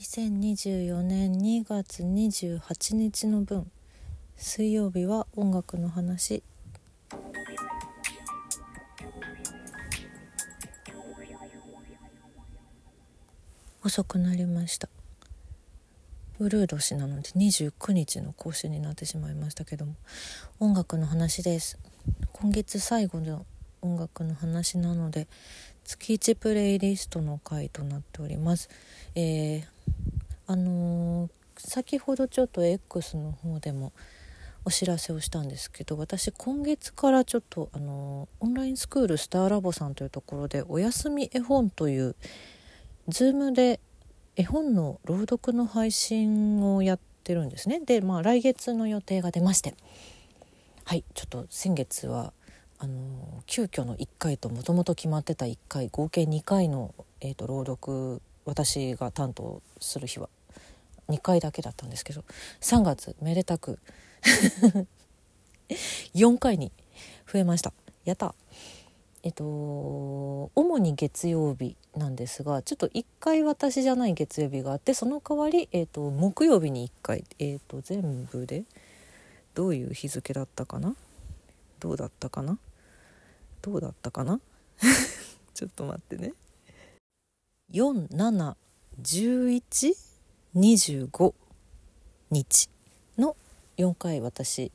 2024年2月28日の分、水曜日は音楽の話。遅くなりました。ウルー年なので29日の更新になってしまいましたけども、音楽の話です。今月最後の音楽の話なので、月1プレイリストの回となっております。先ほどちょっと X の方でもお知らせをしたんですけど、私今月からちょっとオンラインスクールスターラボさんというところでおやすみ絵本というZoom で絵本の朗読の配信をやってるんですね。で、来月の予定が出まして、はい、ちょっと先月は急遽の1回ともともと決まってた1回合計2回の、朗読、私が担当する日は2回だけだったんですけど、3月めでたく4回に増えました。やった。主に月曜日なんですが、ちょっと1回私じゃない月曜日があって、その代わり、木曜日に1回、全部でどういう日付だったかな、どうだったかなちょっと待ってね。4、7、11、25日の4回私、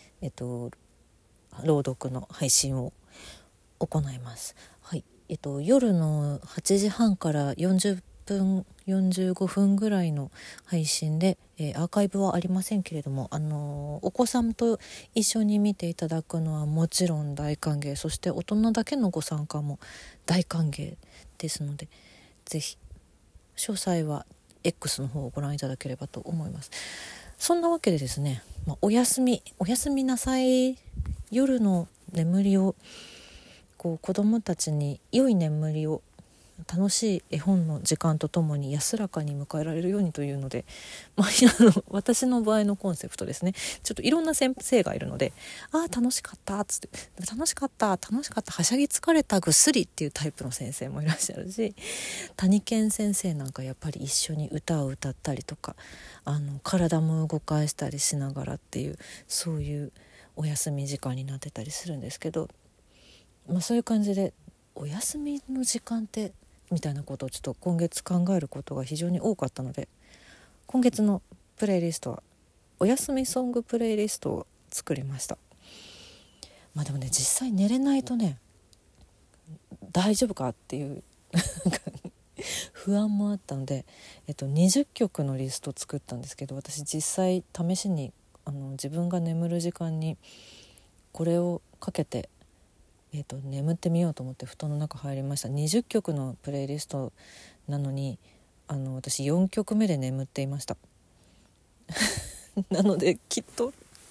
朗読の配信を行います。はい。夜の8時半から40分45分ぐらいの配信で、アーカイブはありませんけれども、お子さんと一緒に見ていただくのはもちろん大歓迎、そして大人だけのご参加も大歓迎ですので、ぜひ詳細は X の方をご覧いただければと思います。そんなわけでですね、おやすみなさい。夜の眠りを子供たちに良い眠りを、楽しい絵本の時間とともに安らかに迎えられるようにというので、私の場合のコンセプトですね。ちょっといろんな先生がいるので、楽しかったっつって、楽しかったはしゃぎ疲れたぐっすりっていうタイプの先生もいらっしゃるし、谷健先生なんかやっぱり一緒に歌を歌ったりとか、体も動かしたりしながらっていう、そういうお休み時間になってたりするんですけど、そういう感じでお休みの時間ってみたいなことをちょっと今月考えることが非常に多かったので、今月のプレイリストはお休みソングプレイリストを作りました。でもね、実際寝れないとね、大丈夫かっていう不安もあったので、20曲のリストを作ったんですけど、私実際試しに自分が眠る時間にこれをかけて眠ってみようと思って布団の中入りました。20曲のプレイリストなのに私4曲目で眠っていましたなのできっと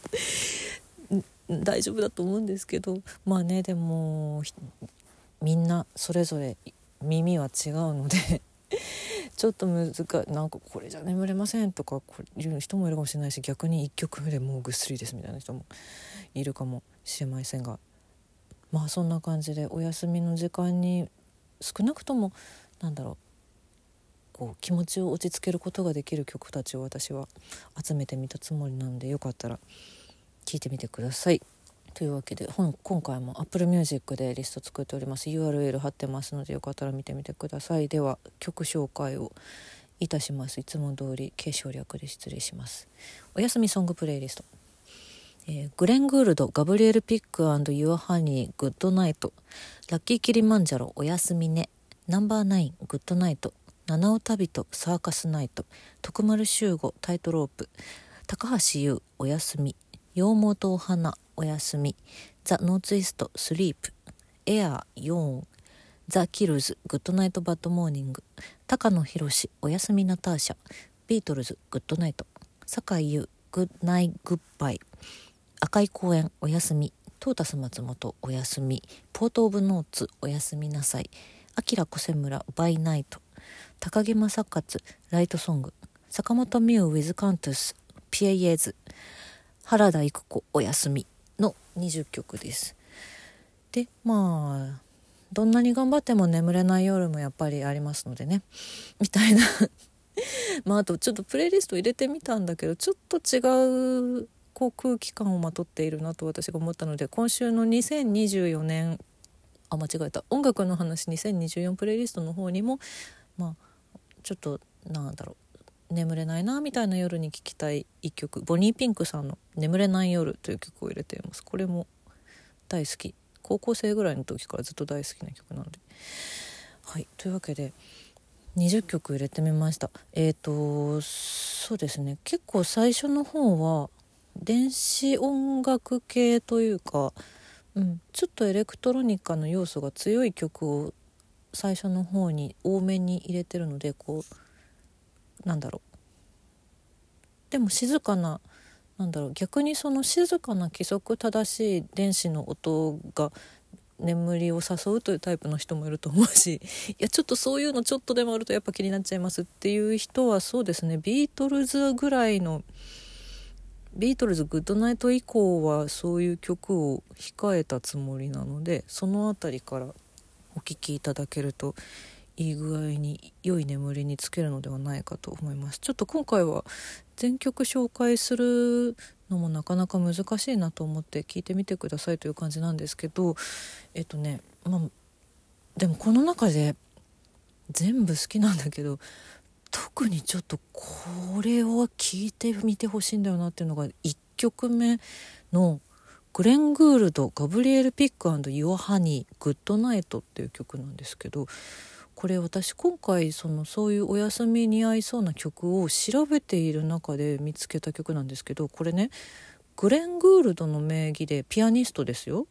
大丈夫だと思うんですけど、でもみんなそれぞれ耳は違うのでちょっとなんかこれじゃ眠れませんとかいう人もいるかもしれないし、逆に1曲目でもうぐっすりですみたいな人もいるかもしれませんが、そんな感じでお休みの時間に少なくとも気持ちを落ち着けることができる曲たちを私は集めてみたつもりなので、よかったら聴いてみてください。というわけで今回も Apple Music でリスト作っております。 URL 貼ってますのでよかったら見てみてください。では曲紹介をいたします。いつも通り継承略で失礼します。おやすみソングプレイリスト、グレン・グールド、ガブリエル・ピック&ユア・ハニー、グッドナイト、ラッキー・キリマンジャロ、おやすみね、ナンバー9、グッドナイト、七尾旅人、サーカスナイト、徳丸修吾、タイトロープ、高橋優、おやすみ、羊毛とお花、おやすみ、ザ・ノーツイスト、スリープ、エアー、ヨーン、ザ・キルズ、グッドナイト・バッドモーニング、高野博、おやすみナターシャ、ビートルズ、グッドナイト、坂井優、グッナイ・グッバイ、赤い公園、おやすみ、トータス松本、おやすみ、ポートオブノーツ、おやすみなさい、アキラ小瀬村、バイナイト、高木正勝、ライトソング、坂本美羽ウィズカントゥス、ピエイエーズ、原田育子、おやすみの20曲です。で、どんなに頑張っても眠れない夜もやっぱりありますのでね、みたいなあとちょっとプレイリスト入れてみたんだけど、ちょっと違うこう空気感をまとっているなと私が思ったので、今週の2024年間違えた、音楽の話2024プレイリストの方にもちょっと眠れないなみたいな夜に聴きたい一曲、ボニーピンクさんの眠れない夜という曲を入れています。これも大好き、高校生ぐらいの時からずっと大好きな曲なので、はい、というわけで20曲入れてみました。そうですね、結構最初の方は電子音楽系というか、ちょっとエレクトロニカの要素が強い曲を最初の方に多めに入れてるので、でも静かな、逆にその静かな規則正しい電子の音が眠りを誘うというタイプの人もいると思うし、いやちょっとそういうのちょっとでもあるとやっぱ気になっちゃいますっていう人は、そうですね、ビートルズぐらいの、ビートルズグッドナイト以降はそういう曲を控えたつもりなので、そのあたりからお聴きいただけるといい具合に良い眠りにつけるのではないかと思います。ちょっと今回は全曲紹介するのもなかなか難しいなと思って聞いてみてくださいという感じなんですけど、でもこの中で全部好きなんだけど、特にちょっとこれを聞いてみてほしいんだよなっていうのが1曲目のグレン・グールド、ガブリエル・ピック&ユア・ハニー、グッドナイトっていう曲なんですけど、これ私今回そういうお休みに合いそうな曲を調べている中で見つけた曲なんですけど、これね、グレン・グールドの名義で、ピアニストですよ、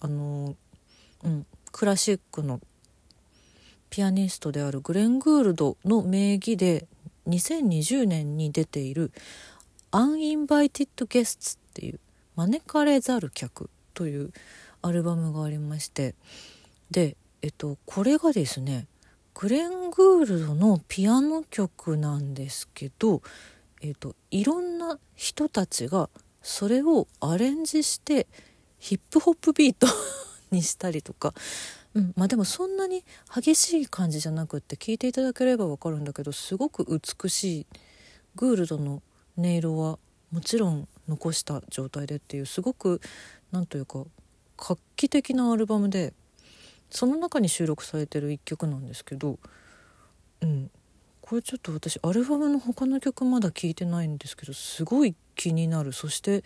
クラシックのピアニストであるグレン・グールドの名義で2020年に出ている Uninvited Guests っていう招かれざる客というアルバムがありまして、で、これがですね、グレン・グールドのピアノ曲なんですけど、いろんな人たちがそれをアレンジしてヒップホップビートにしたりとか、でもそんなに激しい感じじゃなくって、聞いていただければ分かるんだけど、すごく美しい、グールドの音色はもちろん残した状態でっていう、すごくなんというか画期的なアルバムで、その中に収録されてる一曲なんですけど、これちょっと私アルバムの他の曲まだ聴いてないんですけど、すごい気になる。そして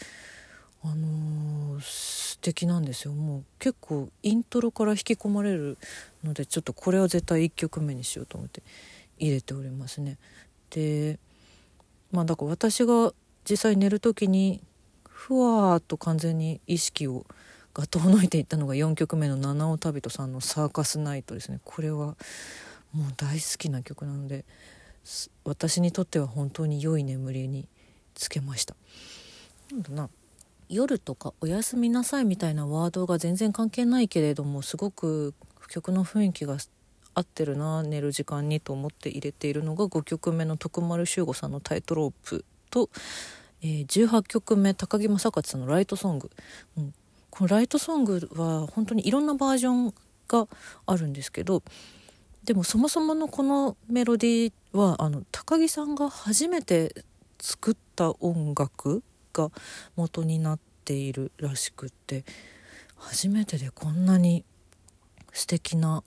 素敵なんですよ。もう結構イントロから引き込まれるので、ちょっとこれは絶対1曲目にしようと思って入れておりますね。で、だから私が実際寝る時にふわーっと完全に意識が遠のいていったのが4曲目の七尾旅人さんのサーカスナイトですね。これはもう大好きな曲なので、私にとっては本当に良い眠りにつけました。夜とかおやすみなさいみたいなワードが全然関係ないけれども、すごく曲の雰囲気が合ってるな、寝る時間にと思って入れているのが5曲目の徳丸修吾さんのタイトロープと、18曲目高木正勝さんのライトソング、このライトソングは本当にいろんなバージョンがあるんですけど、でもそもそものこのメロディーは高木さんが初めて作った音楽が元になっているらしくって、初めてでこんなに素敵な、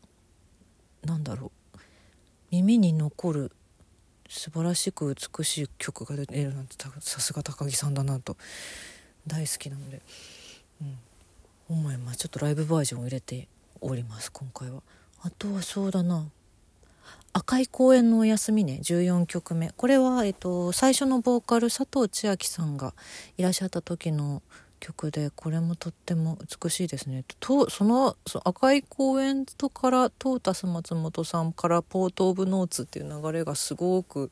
耳に残る素晴らしく美しい曲が出るなんて、さすが高木さんだなと大好きなので、思います。ちょっとライブバージョンを入れております今回は。あとはそうだな、赤い公園のお休みね、14曲目。これは、最初のボーカル佐藤千亜希さんがいらっしゃった時の曲で、これもとっても美しいですね。その赤い公園とからトータス松本さんからポートオブノーツっていう流れがすごく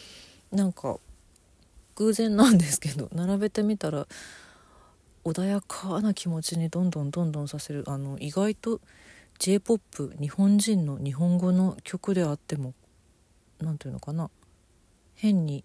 偶然なんですけど、並べてみたら穏やかな気持ちにどんどんさせる、意外とJ-POP、日本人の日本語の曲であっても変に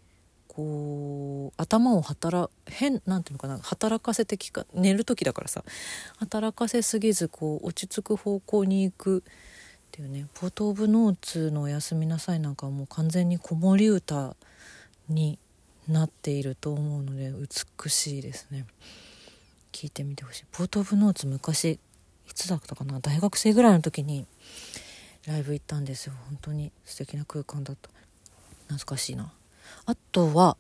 頭を働かせて寝る時だからさ、働かせすぎず落ち着く方向に行くていうね、ポートオブノーツのおやすみなさいなんかはもう完全に子守歌になっていると思うので美しいですね。聞いてみてほしい。ポートオブノーツ昔いつだったかな、大学生ぐらいの時にライブ行ったんですよ。本当に素敵な空間だった。懐かしいな。あとは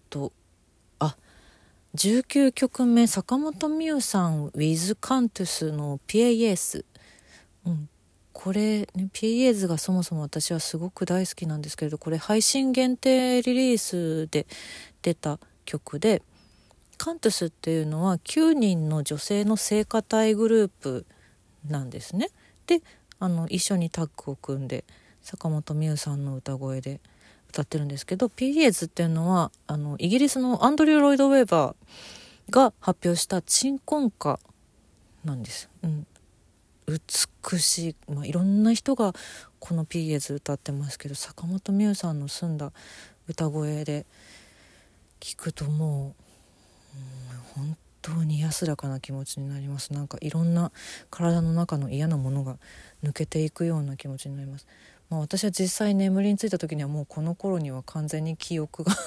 19曲目、坂本美雨さん with カントゥスのピエイエース、これね、ピエイエーズがそもそも私はすごく大好きなんですけれど、これ配信限定リリースで出た曲で、カントゥスっていうのは9人の女性の聖歌隊グループなんですね。で一緒にタッグを組んで坂本美雨さんの歌声で歌ってるんですけど、ピエーズっていうのはイギリスのアンドリュー・ロイド・ウェーバーが発表した鎮魂歌なんです、美しい、いろんな人がこのピエーズ歌ってますけど、坂本美雨さんの澄んだ歌声で聞くともう、本当に安らかな気持ちになります。なんかいろんな体の中の嫌なものが抜けていくような気持ちになります。私は実際眠りについた時にはもうこの頃には完全に記憶が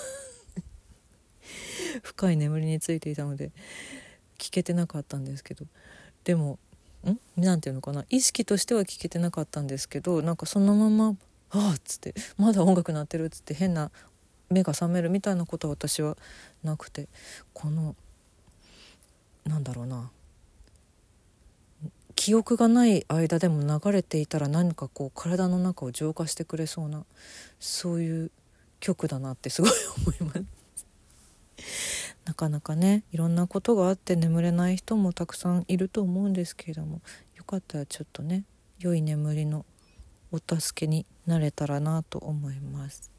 深い眠りについていたので聞けてなかったんですけど、でもなんていうのかな、意識としては聞けてなかったんですけど、なんかそのままっつってまだ音楽鳴ってるっつって変な目が覚めるみたいなことは私はなくて、このなんだろうな、記憶がない間でも流れていたら何かこう体の中を浄化してくれそうな、そういう曲だなってすごい思いますなかなかね、いろんなことがあって眠れない人もたくさんいると思うんですけれども、よかったらちょっとね、良い眠りのお助けになれたらなと思います。